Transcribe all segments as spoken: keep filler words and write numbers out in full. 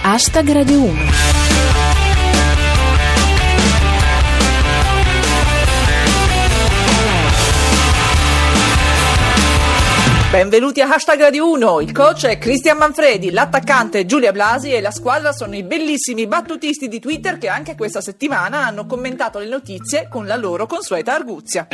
Hashtag Radio uno. Benvenuti a Hashtag Radio uno, il coach è Cristian Manfredi, l'attaccante Giulia Blasi e la squadra sono i bellissimi battutisti di Twitter che anche questa settimana hanno commentato le notizie con la loro consueta arguzia.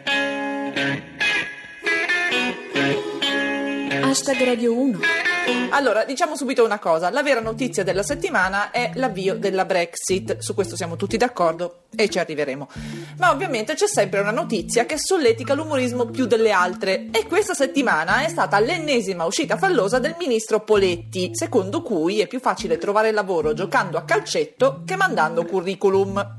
Hashtag Radio uno. Allora, diciamo subito una cosa, la vera notizia della settimana è l'avvio della Brexit, su questo siamo tutti d'accordo e ci arriveremo. Ma ovviamente c'è sempre una notizia che solletica l'umorismo più delle altre e questa settimana è stata l'ennesima uscita fallosa del ministro Poletti, secondo cui è più facile trovare lavoro giocando a calcetto che mandando curriculum.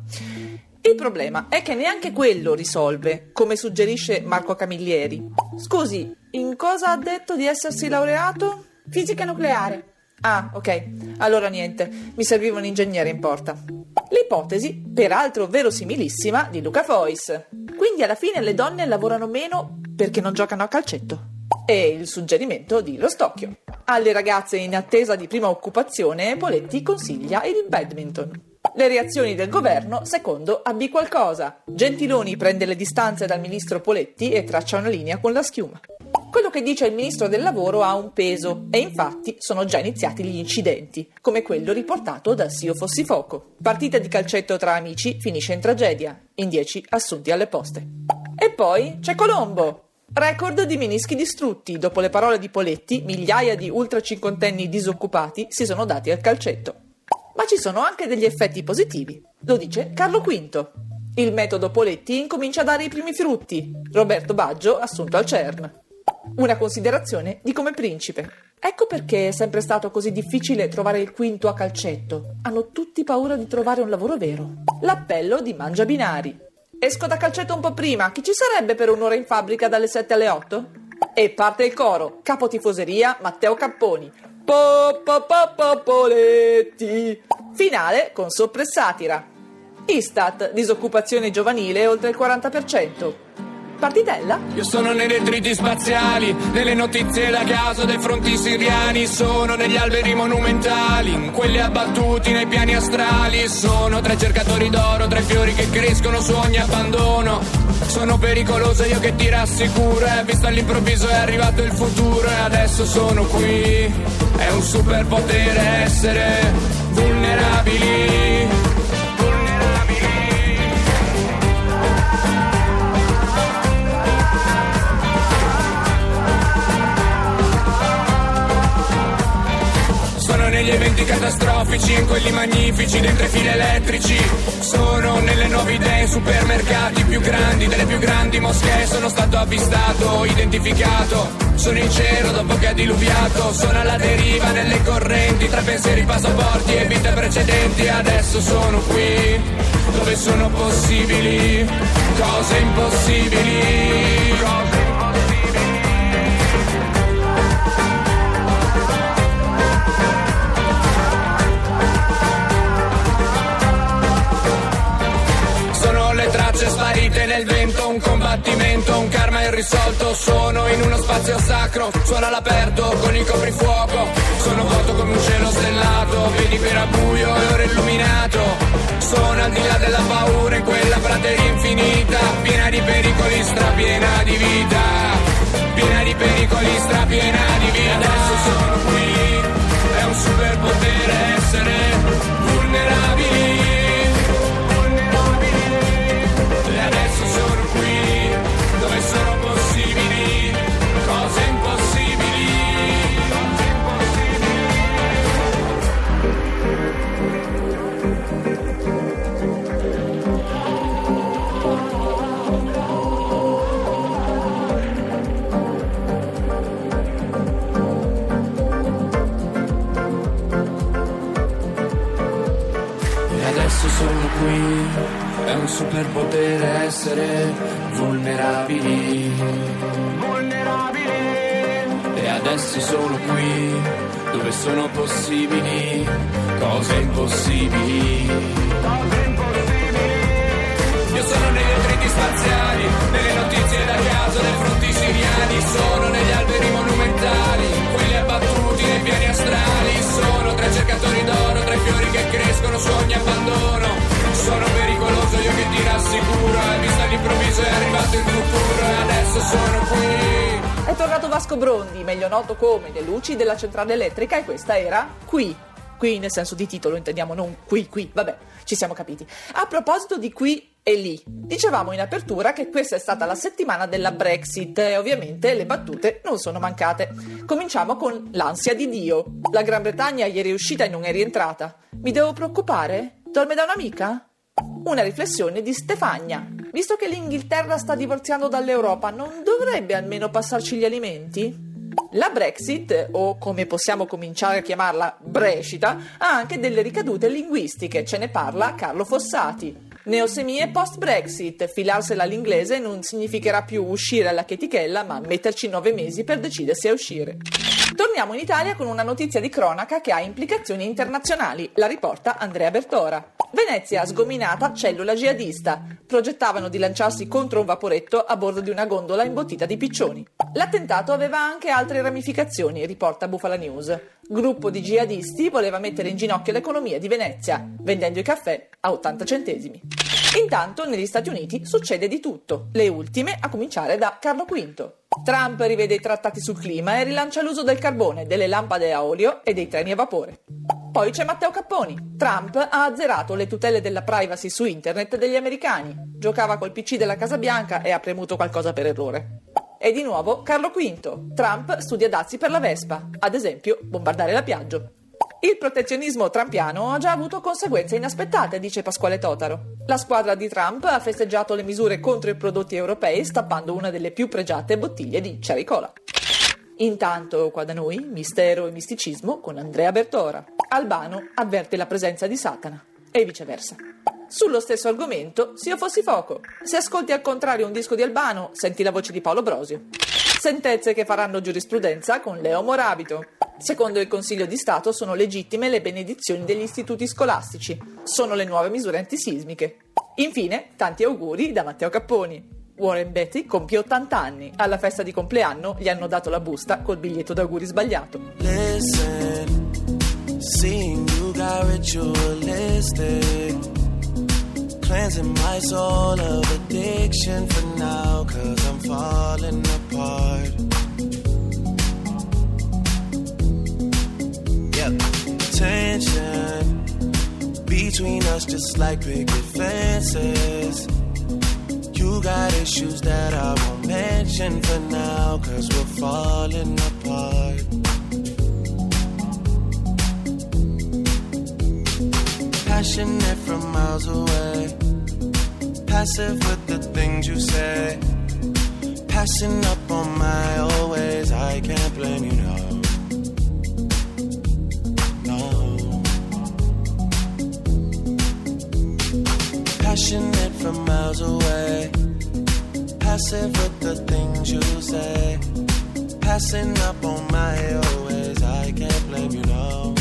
Il problema è che neanche quello risolve, come suggerisce Marco Camilleri. Scusi, in cosa ha detto di essersi laureato? Fisica nucleare. Ah, ok. Allora niente, mi serviva un ingegnere in porta. L'ipotesi, peraltro verosimilissima, di Luca Fois. Quindi alla fine le donne lavorano meno perché non giocano a calcetto. E il suggerimento di Lo Stocchio. Alle ragazze in attesa di prima occupazione, Poletti consiglia il badminton. Le reazioni del governo, secondo Abbi Qualcosa. Gentiloni prende le distanze dal ministro Poletti e traccia una linea con la schiuma. Quello che dice il ministro del lavoro ha un peso e infatti sono già iniziati gli incidenti, come quello riportato da S'Io Fossi Foco. Partita di calcetto tra amici finisce in tragedia, in dieci assunti alle poste. E poi c'è Colombo. Record di menischi distrutti. Dopo le parole di Poletti, migliaia di ultracinquantenni disoccupati si sono dati al calcetto. Ma ci sono anche degli effetti positivi. Lo dice Carlo Quinto. Il metodo Poletti incomincia a dare i primi frutti. Roberto Baggio assunto al CERN. Una considerazione di come principe. Ecco perché è sempre stato così difficile trovare il quinto a calcetto. Hanno tutti paura di trovare un lavoro vero. L'appello di Mangiabinari. Esco da calcetto un po' prima, chi ci sarebbe per un'ora in fabbrica dalle sette alle otto? E parte il coro, capotifoseria Matteo Capponi. Po po po po Poletti. Finale con soppressatira. Istat, disoccupazione giovanile oltre il quaranta per cento. Partitella? Io sono nei detriti spaziali, nelle notizie da caso dei fronti siriani, sono negli alberi monumentali, in quelli abbattuti nei piani astrali, sono tra i cercatori d'oro, tra i fiori che crescono su ogni abbandono. Sono pericoloso io che ti rassicuro, e visto all'improvviso è arrivato il futuro e adesso sono qui. È un superpotere essere vulnerabili. Negli eventi catastrofici, in quelli magnifici, dentro i fili elettrici. Sono nelle nuove idee, supermercati più grandi, delle più grandi moschee. Sono stato avvistato, identificato. Sono in cielo dopo che ha diluviato. Sono alla deriva nelle correnti, tra pensieri, passaporti e vite precedenti. Adesso sono qui, dove sono possibili cose impossibili. Cose sparite nel vento, un combattimento, un karma irrisolto. Sono in uno spazio sacro, suona all'aperto con il coprifuoco. Sono vuoto come un cielo stellato, vedi che era buio e ora illuminato. Sono al di là della paura in quella prateria infinita, piena di pericoli, strapiena di vita. Piena di pericoli, strapiena di vita. Adesso sono qui, è un superpotere essere vulnerabili. Sono possibili cose impossibili. Cose E adesso sono qui, è un superpotere essere vulnerabili. Vulnerabili. E adesso sono qui, dove sono possibili cose impossibili. Cose impossibili. Io sono negli detriti spaziali, nelle notizie da caso dei fronti siriani. Sono negli alberi monumentali, quelli abbattuti nei piani astrali. Sono tra cercatori d'oro Vasco Brondi, meglio noto come le luci della centrale elettrica, e questa era Qui. Qui nel senso di titolo, intendiamo, non qui, qui, vabbè, ci siamo capiti. A proposito di qui e lì, dicevamo in apertura che questa è stata la settimana della Brexit e ovviamente le battute non sono mancate. Cominciamo con l'ansia di Dio. La Gran Bretagna ieri è uscita e non è rientrata. Mi devo preoccupare? Dorme da un'amica? Una riflessione di Stefania. Visto che l'Inghilterra sta divorziando dall'Europa, non dovrebbe almeno passarci gli alimenti? La Brexit, o come possiamo cominciare a chiamarla Brescita, ha anche delle ricadute linguistiche, ce ne parla Carlo Fossati. Neosemie post-Brexit, filarsela all'inglese non significherà più uscire alla chetichella, ma metterci nove mesi per decidersi a uscire. Torniamo in Italia con una notizia di cronaca che ha implicazioni internazionali, la riporta Andrea Bertora. Venezia ha sgominata cellula jihadista. Progettavano di lanciarsi contro un vaporetto a bordo di una gondola imbottita di piccioni. L'attentato aveva anche altre ramificazioni, riporta Bufala News. Gruppo di jihadisti voleva mettere in ginocchio l'economia di Venezia, vendendo i caffè a ottanta centesimi. Intanto negli Stati Uniti succede di tutto, le ultime a cominciare da Carlo quinto. Trump rivede i trattati sul clima e rilancia l'uso del carbone, delle lampade a olio e dei treni a vapore. Poi c'è Matteo Capponi. Trump ha azzerato le tutele della privacy su internet degli americani. Giocava col P C della Casa Bianca e ha premuto qualcosa per errore. E di nuovo Carlo quinto. Trump studia dazi per la Vespa, ad esempio bombardare la Piaggio. Il protezionismo trumpiano ha già avuto conseguenze inaspettate, dice Pasquale Totaro. La squadra di Trump ha festeggiato le misure contro i prodotti europei stappando una delle più pregiate bottiglie di Cherry Cola. Intanto, qua da noi, mistero e misticismo con Andrea Bertora. Albano avverte la presenza di Satana e viceversa. Sullo stesso argomento, se io fossi fuoco. Se ascolti al contrario un disco di Albano, senti la voce di Paolo Brosio. Sentenze che faranno giurisprudenza con Leo Morabito. Secondo il Consiglio di Stato sono legittime le benedizioni degli istituti scolastici. Sono le nuove misure antisismiche. Infine, tanti auguri da Matteo Capponi. Warren Beatty compie ottanta anni. Alla festa di compleanno gli hanno dato la busta col biglietto d'auguri sbagliato. Listen, seeing you got ritualistic, cleansing my soul of addiction for now, cause I'm falling apart. Yep, tension between us just like picket fences. You got issues that I won't mention for now, cause we're falling apart. Passionate from miles away, passive with the things you say, passing up on my always, I can't blame you, no. No. Passionate from miles away, passive with the things you say, passing up on my always, I can't blame you, no.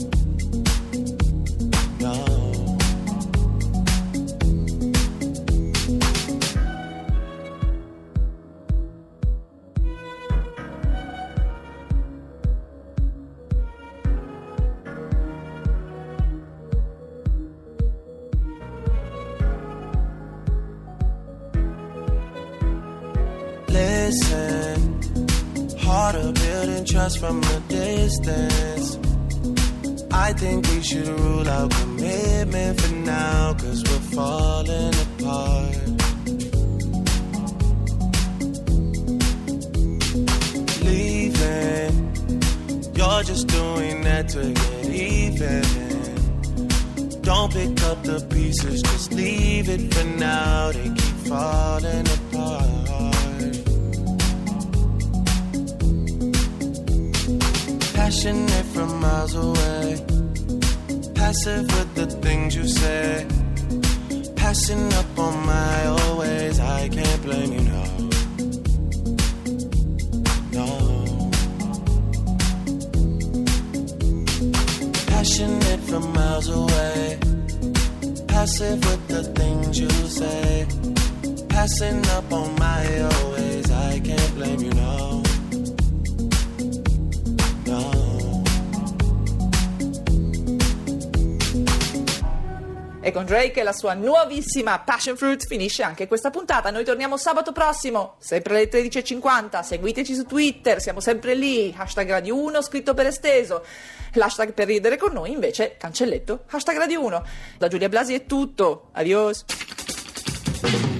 Listen, harder building trust from a distance. I think we should rule out commitment for now, cause we're falling apart. Leaving, you're just doing that to get even. Don't pick up the pieces, just leave it for now. They keep falling apart. Passionate from miles away, passive with the things you say, passing up on my always, I can't blame you, no. No. Passionate from miles away, passive with the things you say, passing up on my always, I can't blame you, no. E con Drake e la sua nuovissima Passion Fruit finisce anche questa puntata. Noi torniamo sabato prossimo, sempre alle tredici e cinquanta. Seguiteci su Twitter, siamo sempre lì. Hashtag Radio uno, scritto per esteso. L'hashtag per ridere con noi invece, cancelletto, hashtag Radio uno. Da Giulia Blasi è tutto. Adios.